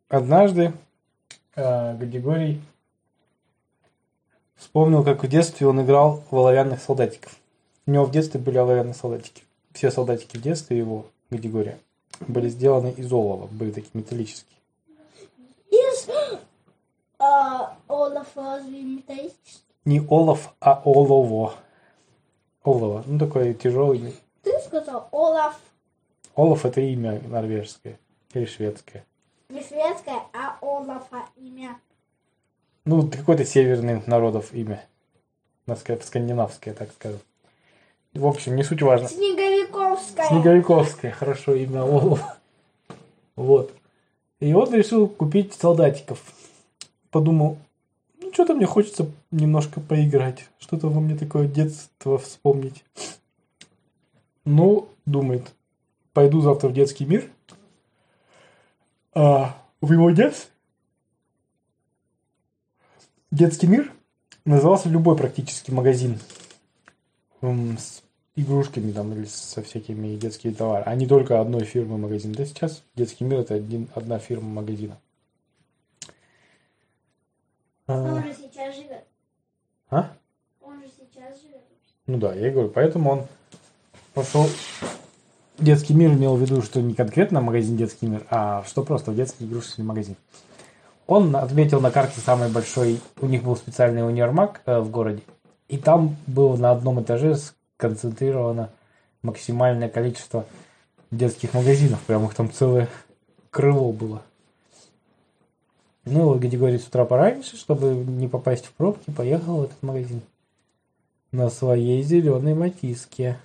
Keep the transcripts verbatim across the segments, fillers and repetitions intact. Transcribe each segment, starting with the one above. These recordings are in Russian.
Однажды э, Григорий вспомнил, как в детстве он играл в оловянных солдатиков. У него в детстве были оловянные солдатики. Все солдатики в детстве его, Григория, были сделаны из олова, были такие металлические. Из а, олов разве металлический? Не олов, а олово. Олово. Ну, такой тяжелый. Ты сказал олов. Олов — это имя норвежское или шведское. Не шведское, а олафа имя. Ну, какой-то северных народов имя. Скандинавское, так скажем. В общем, не суть важно. Снеговиковское. Снеговиковское, хорошо, имя Олов. Вот. И он решил купить солдатиков. Подумал, ну, что-то мне хочется немножко поиграть. Что-то во мне такое детство вспомнить. Ну, думает, пойду завтра в детский мир. А в его детстве детский мир назывался любой практически магазин с игрушками там или со всякими детскими товарами, а не только одной фирмы магазин. Да сейчас детский мир — это один, одна фирма магазина. Он же сейчас живет. А? Он же сейчас живет. Ну да, я и говорю, поэтому он пошел. Детский мир имел в виду, что не конкретно магазин детский мир, а что просто в детский игрушечный магазин. Он отметил на карте самый большой, у них был специальный универмаг э, в городе, и там было на одном этаже сконцентрировано максимальное количество детских магазинов, прям их там целое крыло было. Ну, вот Григорий с утра пораньше, чтобы не попасть в пробки, поехал в этот магазин на своей зеленой Матиске.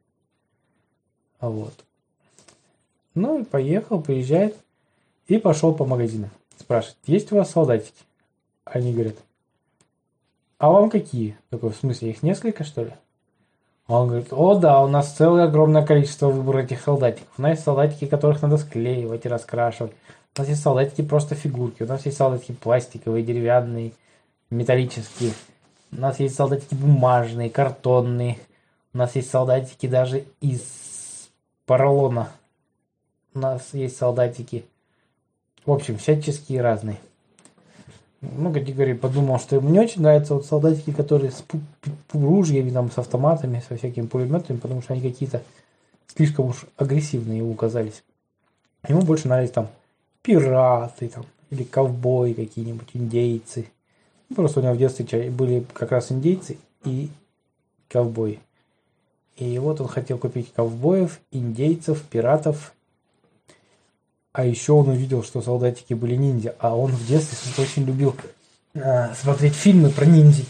А вот. Ну и поехал, приезжает и пошел по магазинам. Спрашивает, есть у вас солдатики? Они говорят, а вам какие? Такой, в смысле, их несколько, что ли? Он говорит, о да, у нас целое огромное количество выбора этих солдатиков. У нас есть солдатики, которых надо склеивать и раскрашивать. У нас есть солдатики просто фигурки. У нас есть солдатики пластиковые, деревянные, металлические. У нас есть солдатики бумажные, картонные. У нас есть солдатики даже из поролона. У нас есть солдатики, в общем, всяческие разные. Ну, Григорий подумал, что ему не очень нравятся вот солдатики, которые с ружьями, там, с автоматами, со всякими пулеметами, потому что они какие-то слишком уж агрессивные ему казались. Ему больше нравились там пираты, там, или ковбои какие-нибудь, индейцы. Просто у него в детстве были как раз индейцы и ковбои. И вот он хотел купить ковбоев, индейцев, пиратов. А еще он увидел, что солдатики были ниндзя. А он в детстве очень любил э, смотреть фильмы про ниндзей.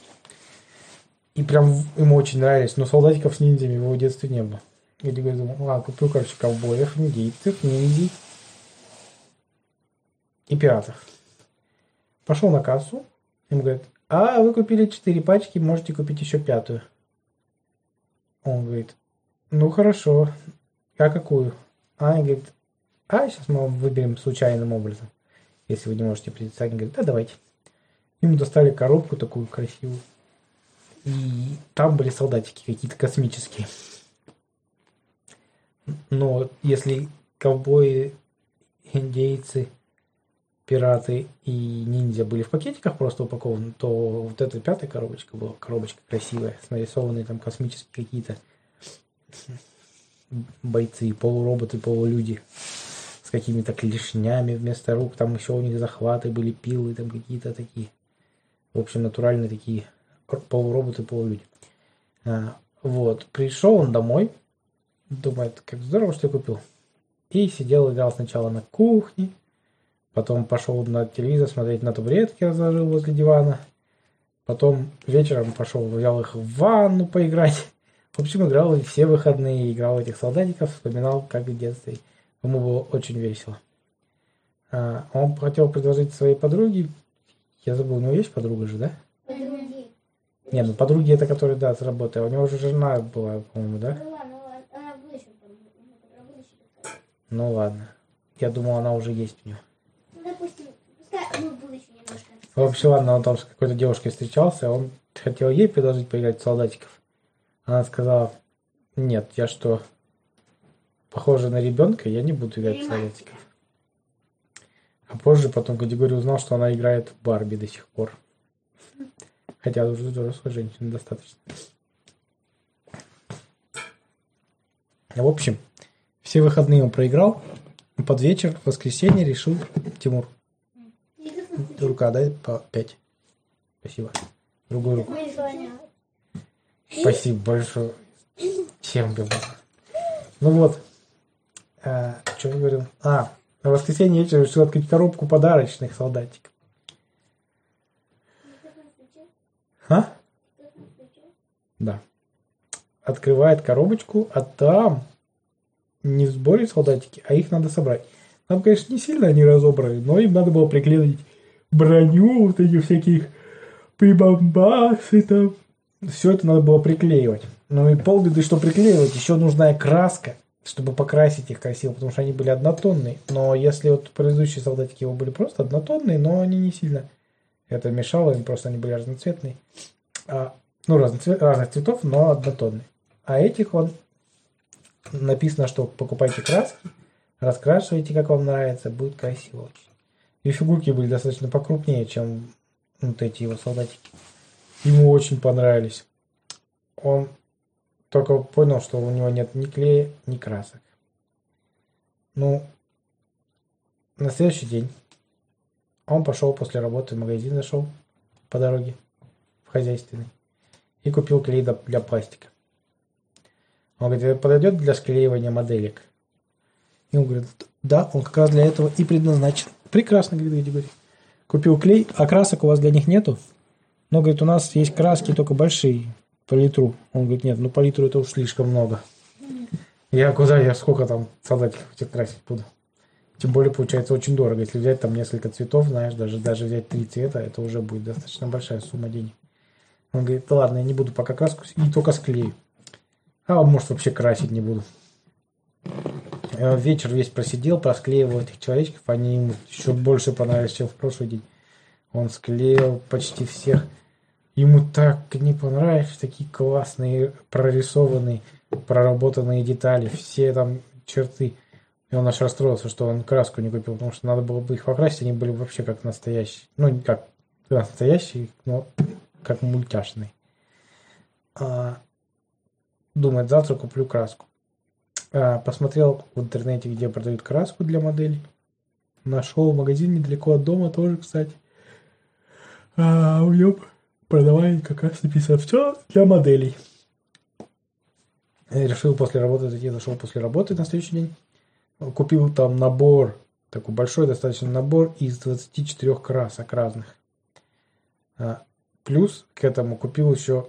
И прям ему очень нравились. Но солдатиков с ниндзями в его детстве не было. Я думал, ладно, куплю, короче, ковбоев, индейцев, ниндзей и пиратов. Пошел на кассу. Ему говорят, а вы купили четыре пачки, можете купить еще пятую. Он говорит, ну хорошо, а какую? А они говорят, а сейчас мы вам выберем случайным образом, если вы не можете прийти. Они говорят, да давайте. Ему достали коробку такую красивую, и там были солдатики какие-то космические. Но если ковбои, индейцы, пираты и ниндзя были в пакетиках просто упакованы, то вот эта пятая коробочка была, коробочка красивая, с нарисованные там космические какие-то бойцы, полуроботы, полулюди с какими-то клешнями вместо рук, там еще у них захваты были, пилы там какие-то такие. В общем, натуральные такие полуроботы, полулюди. А, вот, пришел он домой, думает, как здорово, что я купил. И сидел, играл сначала на кухне, потом пошел на телевизор смотреть, на табуретке разложил возле дивана. Потом вечером пошел, взял их в ванну поиграть. В общем, играл все выходные, играл этих солдатиков, вспоминал, как в детстве. Ему было очень весело. А, он хотел предложить своей подруге, я забыл, у него есть подруга же, да? Подруги. Не, ну подруги это, которые, да, с работы. А у него же жена была, по-моему, да? Ну ладно, ладно, она в будущем подруга. Ну ладно. Я думал, она уже есть у него. Ну, допустим, пускай мы в будущем немножко. Вообще, ладно, он там с какой-то девушкой встречался, он хотел ей предложить поиграть в солдатиков. Она сказала, нет, я что, похожа на ребенка, я не буду играть в солдатиков. А позже потом категорию узнал, что она играет в Барби до сих пор. Хотя уже взрослая женщина достаточно. В общем, все выходные он проиграл. Под вечер, в воскресенье решил Тимур. Рука, дай по пять. Спасибо. Другую руку. Спасибо большое. Всем бегу. Ну вот. А, что я говорил? А, в воскресенье вечером решил открыть коробку подарочных солдатиков. А? Да. Открывает коробочку, а там не в сборе солдатики, а их надо собрать. Там, конечно, не сильно они разобраны, но им надо было приклеить броню, вот эти всякие прибамбасы там. Все это надо было приклеивать. Ну и полбеды, что приклеивать, еще нужна краска, чтобы покрасить их красиво, потому что они были однотонные. Но если вот предыдущие солдатики его были просто однотонные, но они не сильно это мешало, им просто они были разноцветные. А, ну, разноцвет, разных цветов, но однотонные. А этих вот написано, что покупайте краски, раскрашивайте, как вам нравится, будет красиво очень. И фигурки были достаточно покрупнее, чем вот эти его солдатики. Ему очень понравились. Он только понял, что у него нет ни клея, ни красок. Ну, на следующий день он пошел после работы в магазин, зашел по дороге в хозяйственный и купил клей для пластика. Он говорит, подойдет для склеивания моделек? И он говорит, да, он как раз для этого и предназначен. Прекрасно, говорит Григорий. Купил клей, а красок у вас для них нету? Но, говорит, у нас есть краски только большие, по литру. Он говорит, нет, ну по литру это уж слишком много. Я куда, я сколько там солдатиков этих красить буду? Тем более, получается, очень дорого. Если взять там несколько цветов, знаешь, даже, даже взять три цвета, это уже будет достаточно большая сумма денег. Он говорит, да ладно, я не буду пока краску, и только склею. А он, может, вообще красить не буду. Вечер весь просидел, просклеивал этих человечков, они ему еще больше понравились, чем в прошлый день. Он склеил почти всех. Ему так не понравились, такие классные, прорисованные, проработанные детали, все там черты. И он аж расстроился, что он краску не купил, потому что надо было бы их покрасить, они были вообще как настоящие. Ну, не как настоящие, но как мультяшные. А, думает, завтра куплю краску. А, посмотрел в интернете, где продают краску для моделей. Нашел в магазине недалеко от дома тоже, кстати. А в нем продавали как раз написано все для моделей. Я решил после работы зайти, зашел после работы на следующий день. Купил там набор, такой большой достаточно набор из двадцати четырёх красок разных. А, плюс к этому купил еще...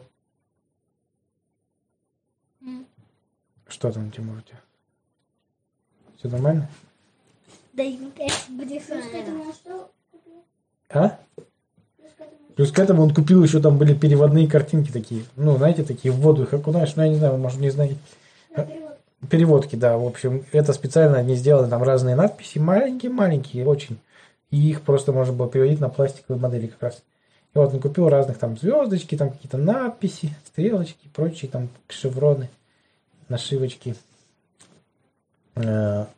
Mm. Что там, Тимур, у тебя? Все нормально? Да, ему пять будет. Плюс к этому что купил? А? Плюс к этому он купил еще, там были переводные картинки такие. Ну, знаете, такие в воду их окунаешь, ну, я не знаю, может, не знаете. Да, Переводки, да, в общем, это специально они сделаны, там разные надписи, маленькие-маленькие очень. И их просто можно было переводить на пластиковые модели как раз. И вот он купил разных там звездочки, там какие-то надписи, стрелочки, прочие там шевроны, нашивочки. Вот.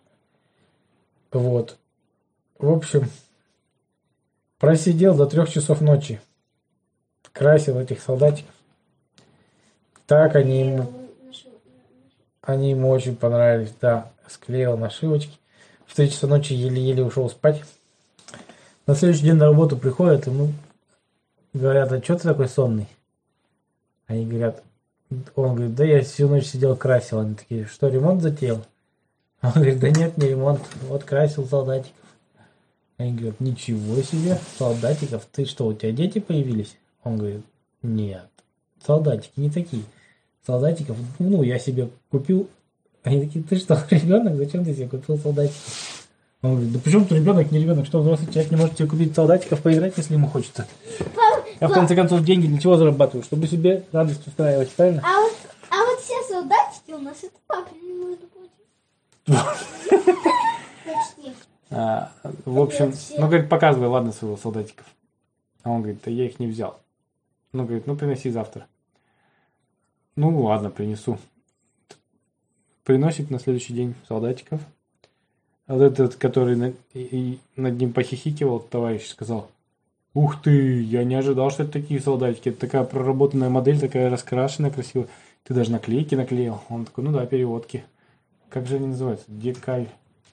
В общем, просидел до трех часов ночи. Красил этих солдатиков. Так они ему... Они ему очень понравились, да. Склеил нашивочки. В три часа ночи еле-еле ушел спать. На следующий день на работу приходят, ему говорят, а что ты такой сонный? Они говорят, он говорит, да я всю ночь сидел красил. Они такие, что, ремонт затеял? Он говорит, да нет, не ремонт, вот красил солдатиков. Они говорят, ничего себе, солдатиков, ты что, у тебя дети появились? Он говорит, нет, солдатики не такие. Солдатиков, ну, я себе купил. Они такие, ты что, ребенок, зачем ты себе купил солдатиков? Он говорит, да почему ты ребенок, не ребенок, что взрослый человек не может себе купить солдатиков, поиграть, если ему хочется. Я в конце концов деньги для чего зарабатываю? Чтобы себе радость устраивать, правильно? А вот, а вот все солдатики у нас, это папе не нужно платить. Почти. А, в общем, ну, говорит, показывай, ладно, своего солдатиков. А он говорит, да я их не взял. Ну, говорит, ну, приноси завтра. Ну, ладно, принесу. Приносит на следующий день солдатиков. А вот этот, который на- и- и над ним похихикивал, товарищ, сказал: ух ты, я не ожидал, что это такие солдатики. Это такая проработанная модель, такая раскрашенная, красивая. Ты даже наклейки наклеил. Он такой: ну да, переводки. Как же они называются? Декаль.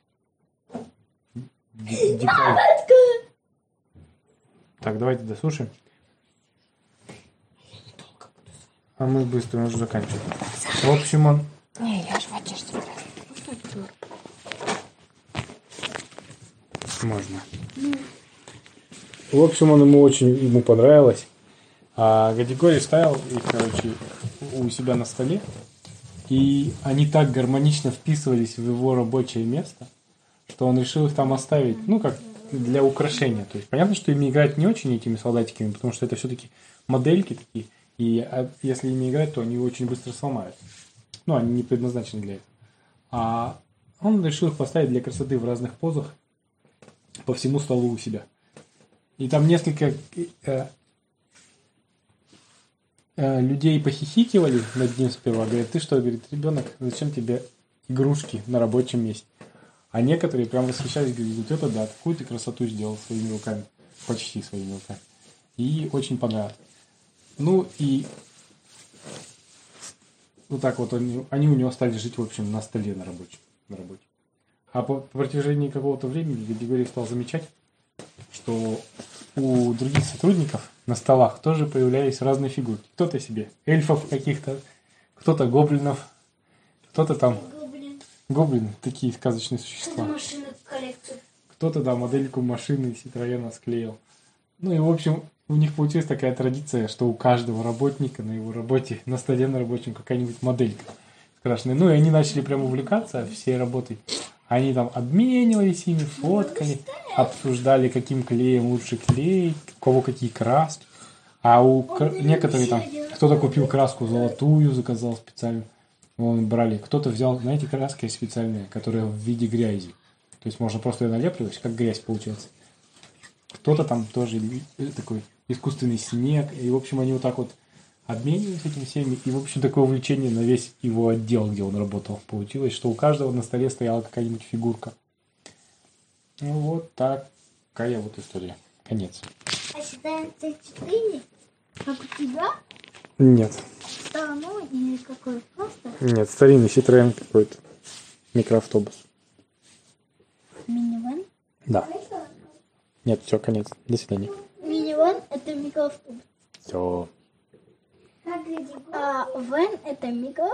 Ди- Декаль. Так, давайте дослушаем. А мы быстро, мы уже заканчиваем. В общем, он... Не, я ж в одежде. Можно. В общем, он ему очень ему понравилось. А Гадигорий ставил их, короче, у себя на столе. И они так гармонично вписывались в его рабочее место, что он решил их там оставить, ну, как для украшения. То есть понятно, что ими играть не очень, этими солдатиками, потому что это все-таки модельки такие. И а, если ими играть, то они очень быстро сломают. Ну, они не предназначены для этого. А он решил их поставить для красоты в разных позах по всему столу у себя. И там несколько э, э, людей похихикивали над ним сперва. Говорят: ты что, говорит, ребенок, зачем тебе игрушки на рабочем месте? А некоторые прям восхищались, говорят: вот это да, такую ты красоту сделал своими руками. Почти своими руками. И очень понравилось. Ну и вот так вот они, они у него стали жить, в общем, на столе на рабочем. На работе. А по, по протяжении какого-то времени Гадигорий стал замечать, что у других сотрудников на столах тоже появлялись разные фигурки. Кто-то себе эльфов каких-то, кто-то гоблинов, кто-то там... Гоблин. Гоблины, такие сказочные Что-то существа. машины в коллекцию. Кто-то, да, модельку машины Ситроена склеил. Ну и, в общем, у них получилась такая традиция, что у каждого работника на его работе, на столе на рабочем какая-нибудь моделька скрашенная. Ну и они начали прям увлекаться всей работой. Они там обменивались ими, фоткали, обсуждали, каким клеем лучше клеить, у кого какие краски. А у кр- некоторые там, кто-то купил краску золотую, заказал специально. Вон брали. Кто-то взял, знаете, краска специальная, которая в виде грязи. То есть можно просто ее налепливать, как грязь получается. Кто-то там тоже такой искусственный снег. И, в общем, они вот так вот обменивались этим всеми. И, в общем, такое увлечение на весь его отдел, где он работал, получилось, что у каждого на столе стояла какая-нибудь фигурка. Ну, вот такая вот история. Конец. А считаем Ц четыре? Как у тебя? Нет. Стороной или какой? Просто Нет, старинный Citroёn какой-то. Микроавтобус. минивэн? Да. Нет, все, конец. До свидания. Минивэн это микроавтобус. Все. А вэн это микро